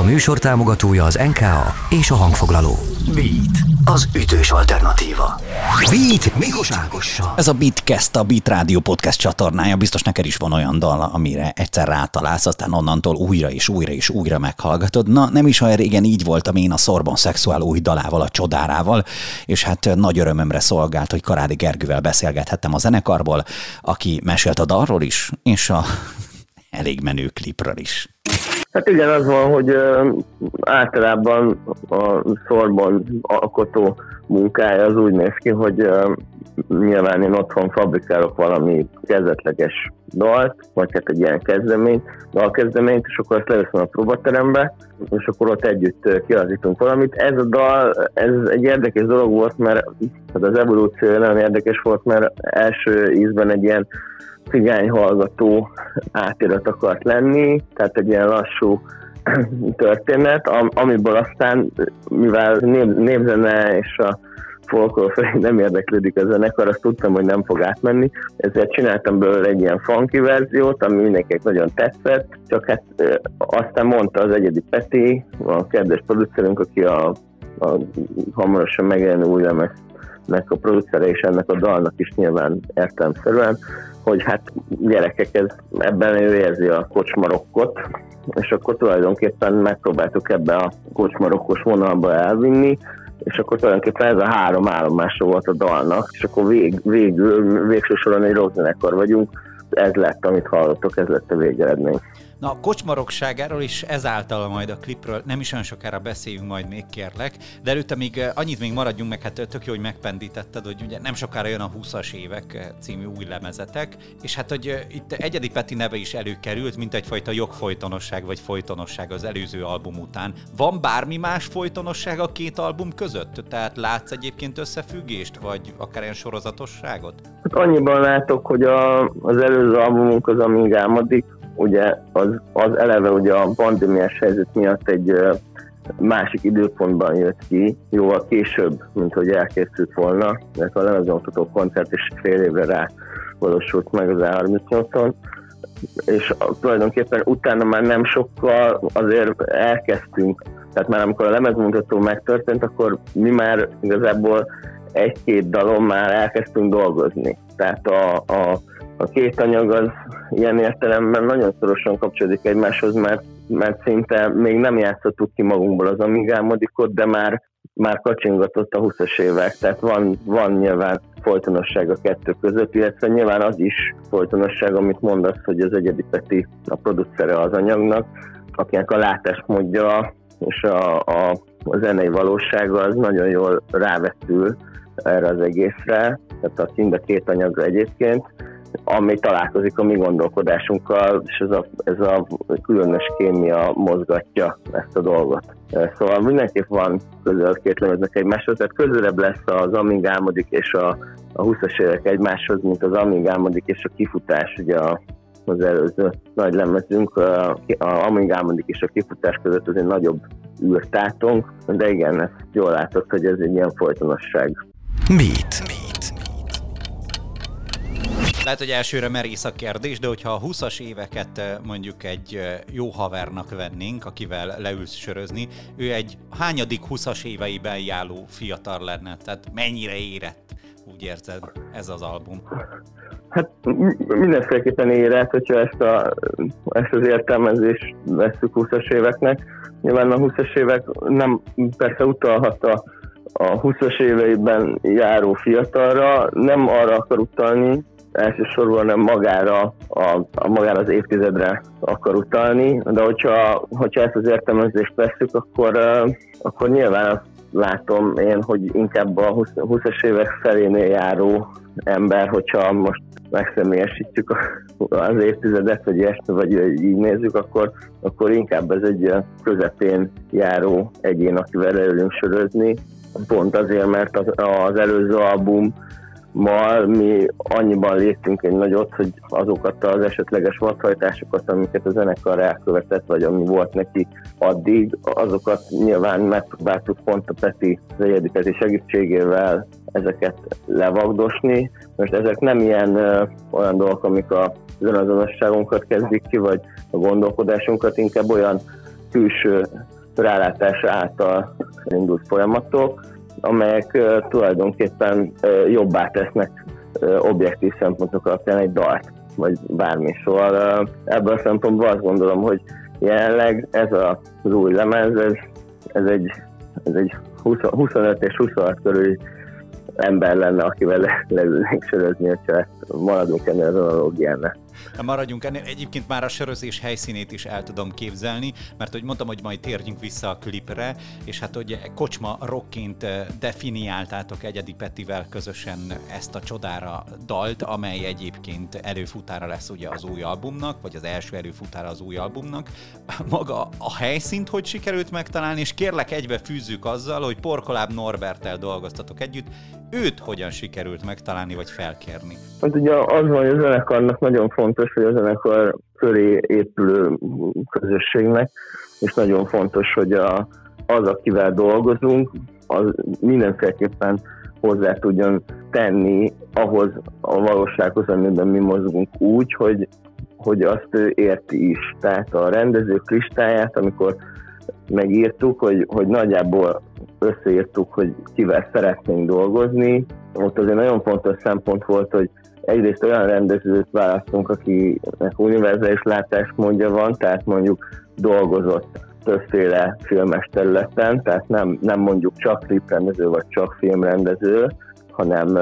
műsor támogatója az NKA és a hangfoglaló. Beat, az ütős alternatíva. Beat Mikos Ágossal. Ez a Beatcast, a Beat Rádió podcast csatornája. Biztos neked is van olyan dal, amire egyszer rátalálsz, aztán onnantól újra és újra és újra meghallgatod. Na, nem is olyan régen így voltam én a Sorbonne Sexual új dalával, a Csodárával, és hát nagy örömömre szolgált, hogy Karádi Gergővel beszélgethettem a zenekarból, aki mesélt a dalról is, és a elég menő klipről is. Hát igen, az van, hogy általában a Sorbonne alkotó munkája az úgy néz ki, hogy nyilván én otthon fabrikálok valami kezdetleges dalt, vagy hát egy ilyen dalkezdeményt, és akkor azt leviszem a próbaterembe, és akkor ott együtt kiazítunk valamit. Ez a dal, ez egy érdekes dolog volt, mert az evolúció nagyon érdekes volt, mert első ízben egy ilyen cigányhallgató átirat akart lenni, tehát egy ilyen lassú történet, amiből aztán, mivel népzene és a folklór felé nem érdeklődik a zenekar, azt tudtam, hogy nem fog átmenni, ezért csináltam belőle egy ilyen funky verziót, ami mindenkinek nagyon tetszett, csak hát aztán mondta az Egyedi Peti, a kedves producerünk, aki a hamarosan megjelenő új lemeznek a producere, és ennek a dalnak is nyilván értelemszerűen, hogy hát gyerekek, ebben ő érzi a kocsmarokkot, és akkor tulajdonképpen megpróbáltuk ebbe a kocsmarokkos vonalba elvinni, és akkor tulajdonképpen ez a 3 állomása volt a dalnak, és akkor végső soron egy rockzenekar vagyunk, ez lett, amit hallottok, ez lett a végeredmény. Na, a kocsmarokságáról is ezáltal majd a klipről nem is olyan sokára beszéljünk majd még, kérlek, de előtte még annyit még maradjunk meg, hát tök jó, hogy megpendítetted, hogy ugye nem sokára jön a 20-as évek című új lemezetek, és hát, hogy itt Egyedi Peti neve is előkerült, mint egyfajta jogfolytonosság vagy folytonosság az előző album után. Van bármi más folytonosság a két album között? Tehát látsz egyébként összefüggést, vagy akár ilyen sorozatosságot? Hát annyiban látok, hogy az előző albumunk az Amíg Álmodik, ugye az eleve ugye a pandémiás helyzet miatt egy másik időpontban jött ki, jóval később, mint hogy elkészült volna, mert a lemezbemutató koncert is fél évre rá valósult meg az A38-on, és tulajdonképpen utána már nem sokkal azért elkezdtünk, tehát már amikor a lemezbemutató megtörtént, akkor mi már igazából 1-2 dalon már elkezdtünk dolgozni. Tehát a két anyag az ilyen értelemben nagyon szorosan kapcsolódik egymáshoz, mert szinte még nem játszottuk ki magunkból az Amíg Álmodikot, de már kacsingatott a 20-as évek, tehát van nyilván folytonosság a kettő között, illetve nyilván az is folytonosság, amit mondasz, hogy az Egyedi Peti a producere az anyagnak, akinek a látásmódja és a zenei valósága az nagyon jól rávetül erre az egészre, tehát mind a két anyagra egyébként, ami találkozik a mi gondolkodásunkkal, és ez a különös kémia mozgatja ezt a dolgot. Szóval mindenképp van közel a két lemeznek egymáshoz, tehát közelebb lesz az Amíg Álmodik és a 20-as évek egymáshoz, mint az Amíg Álmodik és a Kifutás, ugye az előző nagy lemezünk, a Amíg Álmodik és a Kifutás között az egy nagyobb űrtátunk, de igen, ezt jól látod, hogy ez egy ilyen folytonosság. Beat. Lehet, hogy elsőre merész a kérdés, de hogyha a 20-as éveket mondjuk egy jó havernak vennénk, akivel leülsz sörözni, ő egy hányadik 20-as éveiben járó fiatal lenne? Tehát mennyire érett, úgy érzed, ez az album? Hát mindenféleképpen érett, hogyha ezt az értelmezést vesszük 20-as éveknek. Nyilván a 20-as évek nem persze utalhat a 20-as éveiben járó fiatalra, nem arra akar utalni, elsősorban nem magára az évtizedre akar utalni, de hogyha ezt az értelmezést vesszük, akkor nyilván azt látom én, hogy inkább a 20-as évek felénél járó ember, hogyha most megszemélyesítjük az évtizedet, vagy így nézzük, akkor inkább ez egy közepén járó egyén, akivel leülünk sörözni. Pont azért, mert az előző albummal mi annyiban léptünk egy nagyot, hogy azokat az esetleges vadhajtásokat, amiket a zenekar elkövetett, vagy ami volt neki addig, azokat nyilván megpróbáltuk pont a Peti, az Egyedi Peti segítségével ezeket levagdosni. Most ezek nem olyan dolgok, amik a önazonosságunkat kezdik ki, vagy a gondolkodásunkat, inkább olyan külső rálátása által indult folyamatok, amelyek tulajdonképpen jobbá tesznek objektív szempontok alapján egy dalt, vagy bármi. Szóval ebből a szempontból azt gondolom, hogy jelenleg ez az új lemez, ez egy 25 és 26 körüli ember lenne, akivel leülnénk sörözni, hogyha maradunk ennél az analógiánál. Maradjunk ennél. Egyébként már a sörözés helyszínét is el tudom képzelni, mert hogy mondtam, hogy majd térjünk vissza a klipre, és hát hogy kocsma rockként definiáltátok Egyedi Petivel közösen ezt a csodára dalt, amely egyébként előfutára lesz ugye az új albumnak, vagy az első előfutára az új albumnak. Maga a helyszínt hogy sikerült megtalálni, és kérlek egybe fűzzük azzal, hogy Porkoláb Norberttel dolgoztatok együtt, őt hogyan sikerült megtalálni, vagy felkérni? Hát ugye az van, hogy a zenekarnak nagyon fontos, hogy a zenekar köré épülő közösségnek, és nagyon fontos, hogy az, akivel dolgozunk, az mindenféleképpen hozzá tudjon tenni ahhoz a valósághoz, amiben mi mozgunk úgy, hogy azt ő érti is. Tehát a rendezők listáját, amikor megírtuk, hogy nagyjából összeírtuk, hogy kivel szeretnénk dolgozni, ott azért nagyon fontos szempont volt, hogy egyrészt olyan rendezőt választunk, akinek univerzális látásmódja van, tehát mondjuk dolgozott többféle filmes területen, tehát nem mondjuk csak kliprendező vagy csak filmrendező, hanem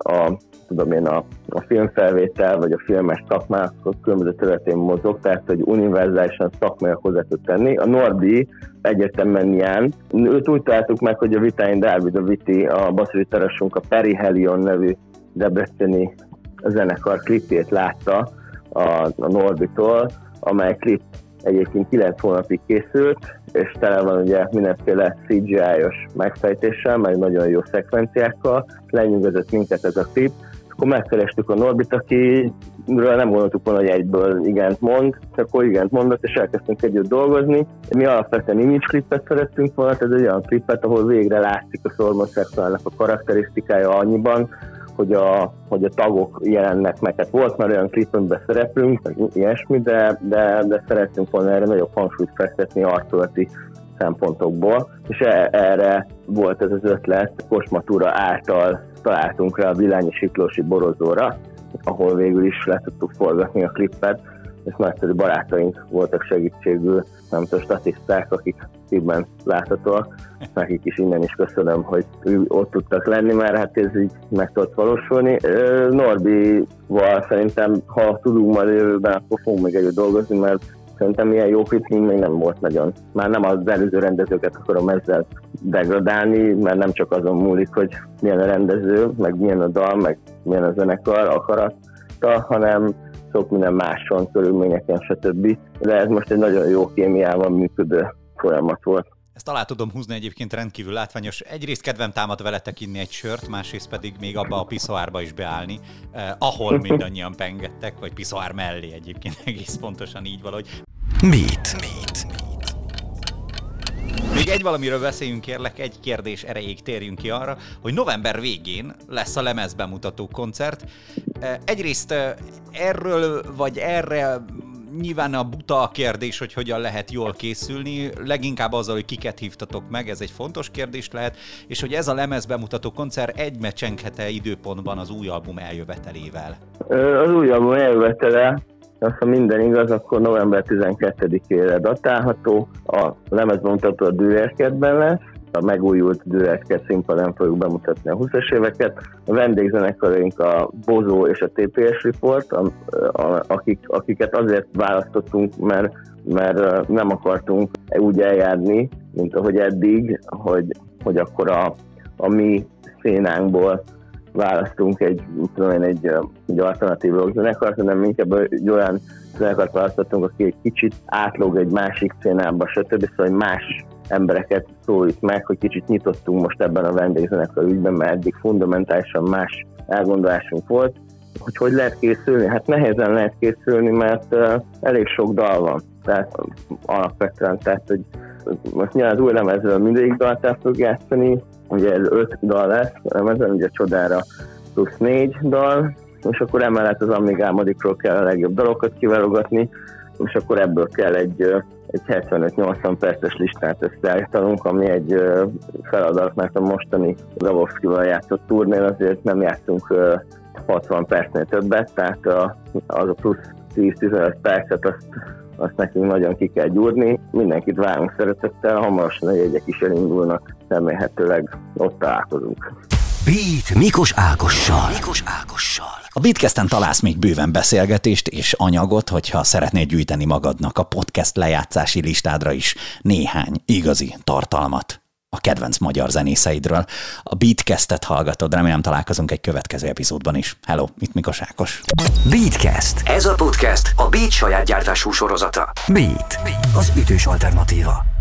a filmfelvétel vagy a filmes szakmának különböző területén mozog, tehát hogy univerzálisan szakmaiak hozzá tud tenni. A Norbi egyértelműen ilyen. Őt úgy találtuk meg, hogy a Vitány Dávid, a Viti, a basszusgitársunk a Perihelion nevű debreceni zenekar klipjét látta a Norbitól, amely klip egyébként 9 hónapig készült, és tele van ugye mindenféle CGI-os megfejtéssel, meg nagyon jó szekvenciákkal, lenyűgözött minket ez a klip. Akkor megkerestük a Norbit, akiről nem gondoltuk volna, hogy egyből igent mond, akkor igent mondott, és elkezdtünk együtt dolgozni. Mi alapvetően image klipet szerettünk volna, ez egy olyan klipet, ahol végre látszik a szormoszexuálnak a karakterisztikája annyiban, hogy a tagok jelennek meg. Hát volt már olyan klip, amiben szereplünk, meg ilyesmi, de szerettünk volna erre nagyobb hangsúlyt fektetni arculati szempontokból, és erre volt ez az ötlet, Kosmatúra által találtunk rá a Villányi Siklósi Borozóra, ahol végül is le tudtuk forgatni a klippet, és nagyszerű barátaink voltak segítségül, nem tudom, statiszták, akik klipben láthatóak. Nekik is innen is köszönöm, hogy ott tudtak lenni, mert hát ez így meg tudott valósulni. Norbival szerintem, ha tudunk majd jövőben, akkor fogunk még együtt dolgozni, mert szerintem ilyen jó klipünk még nem volt nagyon. Már nem az előző rendezőket akarom ezzel degradálni, mert nem csak azon múlik, hogy milyen a rendező, meg milyen a dal, meg milyen a zenekar akarata, hanem sok minden máson, körülményeken, stb. De ez most egy nagyon jó kémiával működő folyamat volt. Ezt alá tudom húzni, egyébként rendkívül látványos. Egyrészt kedvem támad veletek inni egy sört, másrészt pedig még abba a piszoárba is beállni, ahol mindannyian pengettek, vagy piszoár mellé egyébként egész pontosan így valahogy. Beat. Még egy valamiről beszéljünk, kérlek, egy kérdés erejéig térjünk ki arra, hogy november végén lesz a lemezbemutató koncert. Egyrészt erről vagy erre nyilván a buta a kérdés, hogy hogyan lehet jól készülni, leginkább azzal, hogy kiket hívtatok meg, ez egy fontos kérdés lehet, és hogy ez a lemezbemutató koncert egybecsenghet-e időpontban az új album eljövetelével? Az új album eljövetele, ha minden igaz, akkor november 12-ére datálható, a lemezbemutató a Dürer-kertben lesz, a megújult Dürer-kert színpadon fogjuk bemutatni a 20-as éveket. A vendégzenekaraink a Bozó és a TPS Report, akiket azért választottunk, mert nem akartunk úgy eljárni, mint ahogy eddig, hogy akkor a mi szénánkból választunk egy alternatív rockzenekart, hanem inkább egy olyan zenekart választottunk, aki egy kicsit átlóg egy másik szénába, stb. Szóval más embereket szólít meg, hogy kicsit nyitottunk most ebben a vendégzenekar ügyben, mert eddig fundamentálisan más elgondolásunk volt. Hogy lehet készülni? Hát nehézen lehet készülni, mert elég sok dal van. Tehát alapvetően, hogy most nyilván az új lemezről mindegyik dalt el fog játszani, ugye ez 5 dal lesz a lemezen, ugye Csodára plusz 4 dal, és akkor emellett az Amíg Álmodikról kell a legjobb dalokat kiválogatni, és akkor ebből kell egy egy 75-80 perces listát összeállítanunk, ami egy feladat, mert a mostani Grabowskival játszott turnél azért nem játszunk 60 percnél többet, tehát az a plusz 10-15 percet azt nekünk nagyon ki kell gyúrni. Mindenkit várunk szeretettel, hamarosan a jegyek is elindulnak, remélhetőleg ott találkozunk. Beat Mikos Ákossal. A Beatcasten találsz még bőven beszélgetést és anyagot, hogyha szeretnéd gyűjteni magadnak a podcast lejátszási listádra is néhány igazi tartalmat a kedvenc magyar zenészeidről. A Beatcastet hallgatod, remélem találkozunk egy következő epizódban is. Hello, itt Mikos Ákos. Beatcast. Ez a podcast a Beat saját gyártású sorozata. Beat, az ütős alternatíva.